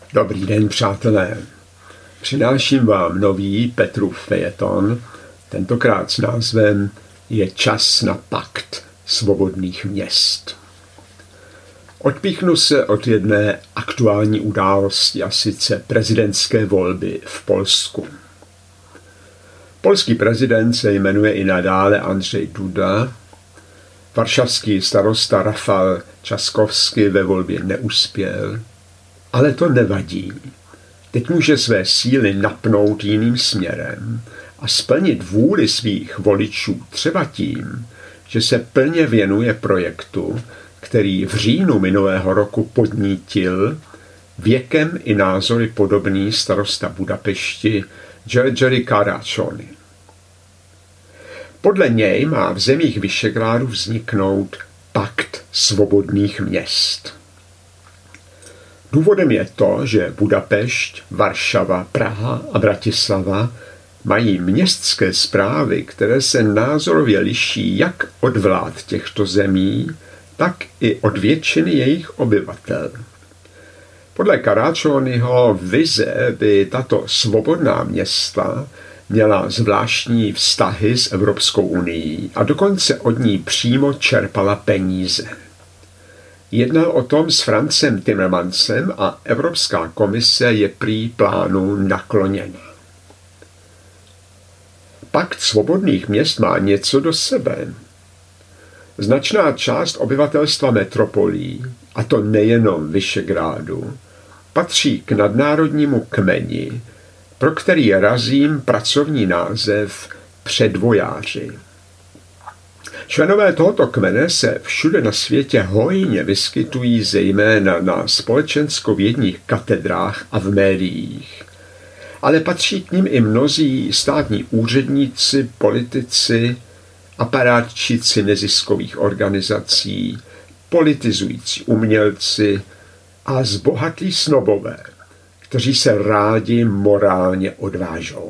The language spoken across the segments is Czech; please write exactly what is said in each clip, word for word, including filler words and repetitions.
Dobrý den, přátelé. Přináším vám nový Petrův fejeton, tentokrát s názvem Je čas na pakt svobodných měst. Odpíchnu se od jedné aktuální události, a sice prezidentské volby v Polsku. Polský prezident se jmenuje i nadále Andrzej Duda. Varšavský starosta Rafał Trzaskowski ve volbě neuspěl, ale to nevadí. Teď může své síly napnout jiným směrem a splnit vůli svých voličů třeba tím, že se plně věnuje projektu, který v říjnu minulého roku podnítil věkem i názory podobný starosta Budapešti György Karácsony. Podle něj má v zemích Visegrádu vzniknout pakt svobodných měst. Důvodem je to, že Budapešť, Varšava, Praha a Bratislava mají městské správy, které se názorově liší jak od vlád těchto zemí, tak i od většiny jejich obyvatel. Podle Karácsonyho vize by tato svobodná města měla zvláštní vztahy s Evropskou unií a dokonce od ní přímo čerpala peníze. Jednal o tom s Francem Timmermansem a Evropská komise je prý plánu nakloněna. Pakt svobodných měst má něco do sebe. Značná část obyvatelstva metropolí, a to nejenom Visegrádu, patří k nadnárodnímu kmeni, pro který razím pracovní název předvojáři. Členové tohoto kmene se všude na světě hojně vyskytují zejména na společenskovědních katedrách a v médiích. Ale patří k nim i mnozí státní úředníci, politici, aparátčici neziskových organizací, politizující umělci a zbohatlí snobové, kteří se rádi morálně odvážou.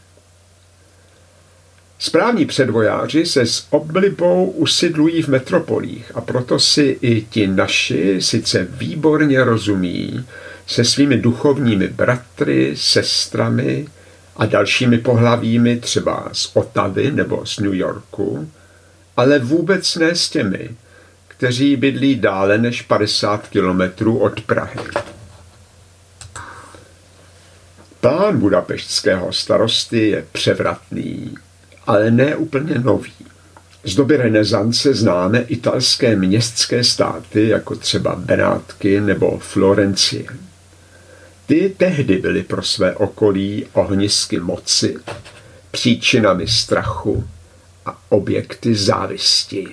Správní předvojáři se s oblibou usidlují v metropolích a proto si i ti naši sice výborně rozumí se svými duchovními bratry, sestrami a dalšími pohlavími třeba z Ottavy nebo z New Yorku, ale vůbec ne s těmi, kteří bydlí dále než padesát kilometrů od Prahy. Plán budapeštského starosty je převratný, ale ne úplně nový. Z doby renesance známe italské městské státy, jako třeba Benátky nebo Florencie. Ty tehdy byly pro své okolí ohnisky moci, příčinami strachu a objekty závisti.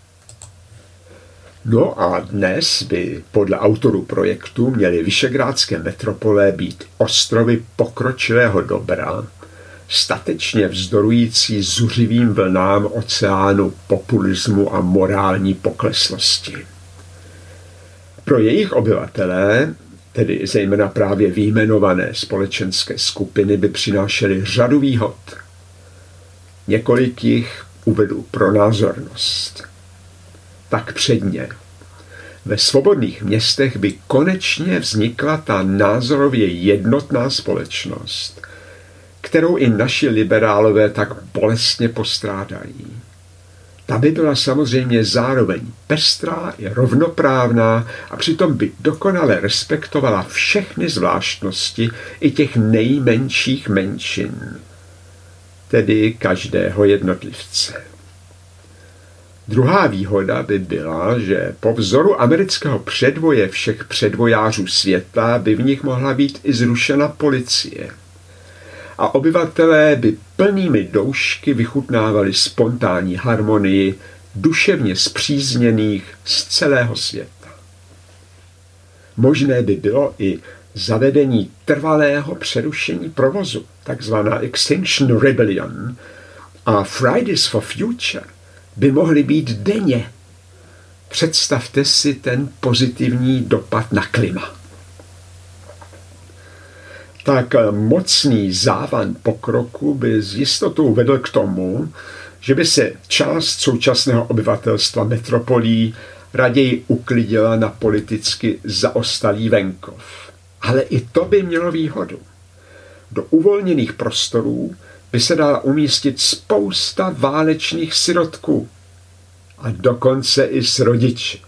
No a dnes by podle autorů projektu měly visegrádské metropole být ostrovy pokročilého dobra, statečně vzdorující zuřivým vlnám oceánu populismu a morální pokleslosti. Pro jejich obyvatelé, tedy zejména právě vyjmenované společenské skupiny, by přinášely řadu výhod. Několik jich uvedu pro názornost. Tak předně. Ve svobodných městech by konečně vznikla ta názorově jednotná společnost, kterou i naši liberálové tak bolestně postrádají. Ta by byla samozřejmě zároveň pestrá i rovnoprávná a přitom by dokonale respektovala všechny zvláštnosti i těch nejmenších menšin, tedy každého jednotlivce. Druhá výhoda by byla, že po vzoru amerického předvoje všech předvojářů světa by v nich mohla být i zrušena policie. A obyvatelé by plnými doušky vychutnávali spontánní harmonii duševně spřízněných z celého světa. Možné by bylo i zavedení trvalého přerušení provozu, takzvaná Extinction Rebellion, a Fridays for Future by mohly být denně. Představte si ten pozitivní dopad na klima. Tak mocný závan pokroku by s jistotou vedl k tomu, že by se část současného obyvatelstva metropolí raději uklidila na politicky zaostalý venkov. Ale i to by mělo výhodu. Do uvolněných prostorů by se dala umístit spousta válečných sirotků a dokonce i s rodiči.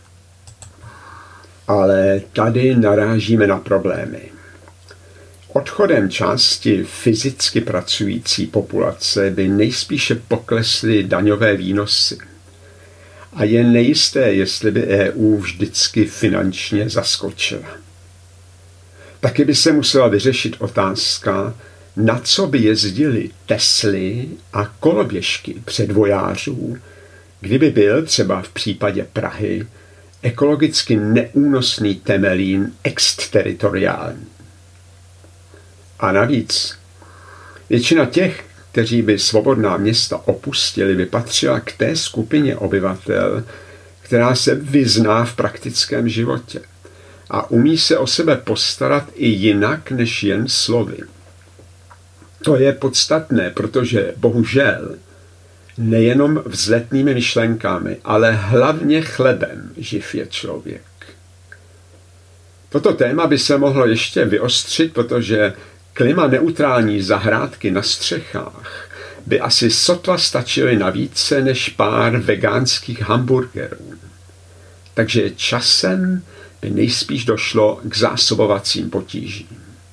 Ale tady narážíme na problémy. Odchodem části fyzicky pracující populace by nejspíše poklesly daňové výnosy. A je nejisté, jestli by E U vždycky finančně zaskočila. Taky by se musela vyřešit otázka, na co by jezdili Tesly a koloběžky předvojářů, kdyby byl třeba v případě Prahy ekologicky neúnosný Temelín exteritoriální. A navíc většina těch, kteří by svobodná města opustili, by patřila k té skupině obyvatel, která se vyzná v praktickém životě a umí se o sebe postarat i jinak než jen slovy. To je podstatné, protože bohužel nejenom vzletnými myšlenkami, ale hlavně chlebem živ je člověk. Toto téma by se mohlo ještě vyostřit, protože klima neutrální zahrádky na střechách by asi sotva stačily na více než pár veganských hamburgerů. Takže časem by nejspíš došlo k zásobovacím potížím.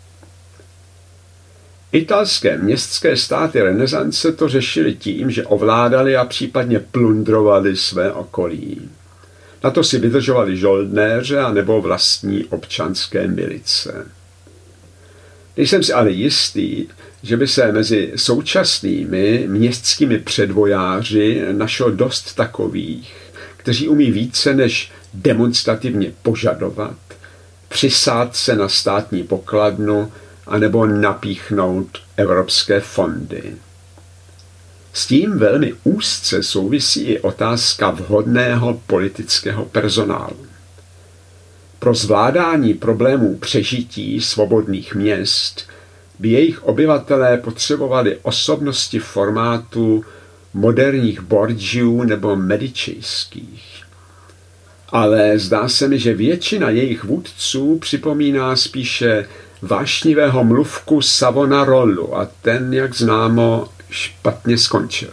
Italské městské státy renesance to řešily tím, že ovládali a případně plundrovali své okolí. Na to si vydržovali žoldnéře a nebo vlastní občanské milice. Nejsem si ale jistý, že by se mezi současnými městskými předvojáři našlo dost takových, kteří umí více než demonstrativně požadovat, přisát se na státní pokladnu anebo napíchnout evropské fondy. S tím velmi úzce souvisí i otázka vhodného politického personálu. Pro zvládání problémů přežití svobodných měst by jejich obyvatelé potřebovali osobnosti formátu moderních Borgiů nebo Medičejských. Ale zdá se mi, že většina jejich vůdců připomíná spíše vášnivého mluvku Savonarolu a ten, jak známo, špatně skončil.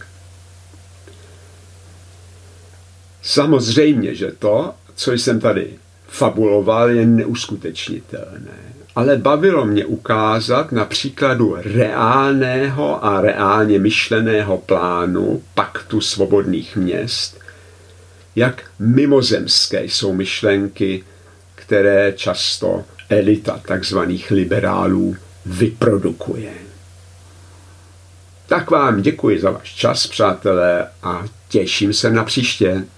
Samozřejmě, že to, co jsem tady fabuloval, je neuskutečnitelné, ale bavilo mě ukázat na příkladu reálného a reálně myšleného plánu Paktu svobodných měst, jak mimozemské jsou myšlenky, které často elita takzvaných liberálů vyprodukuje. Tak vám děkuji za váš čas, přátelé, a těším se na příště.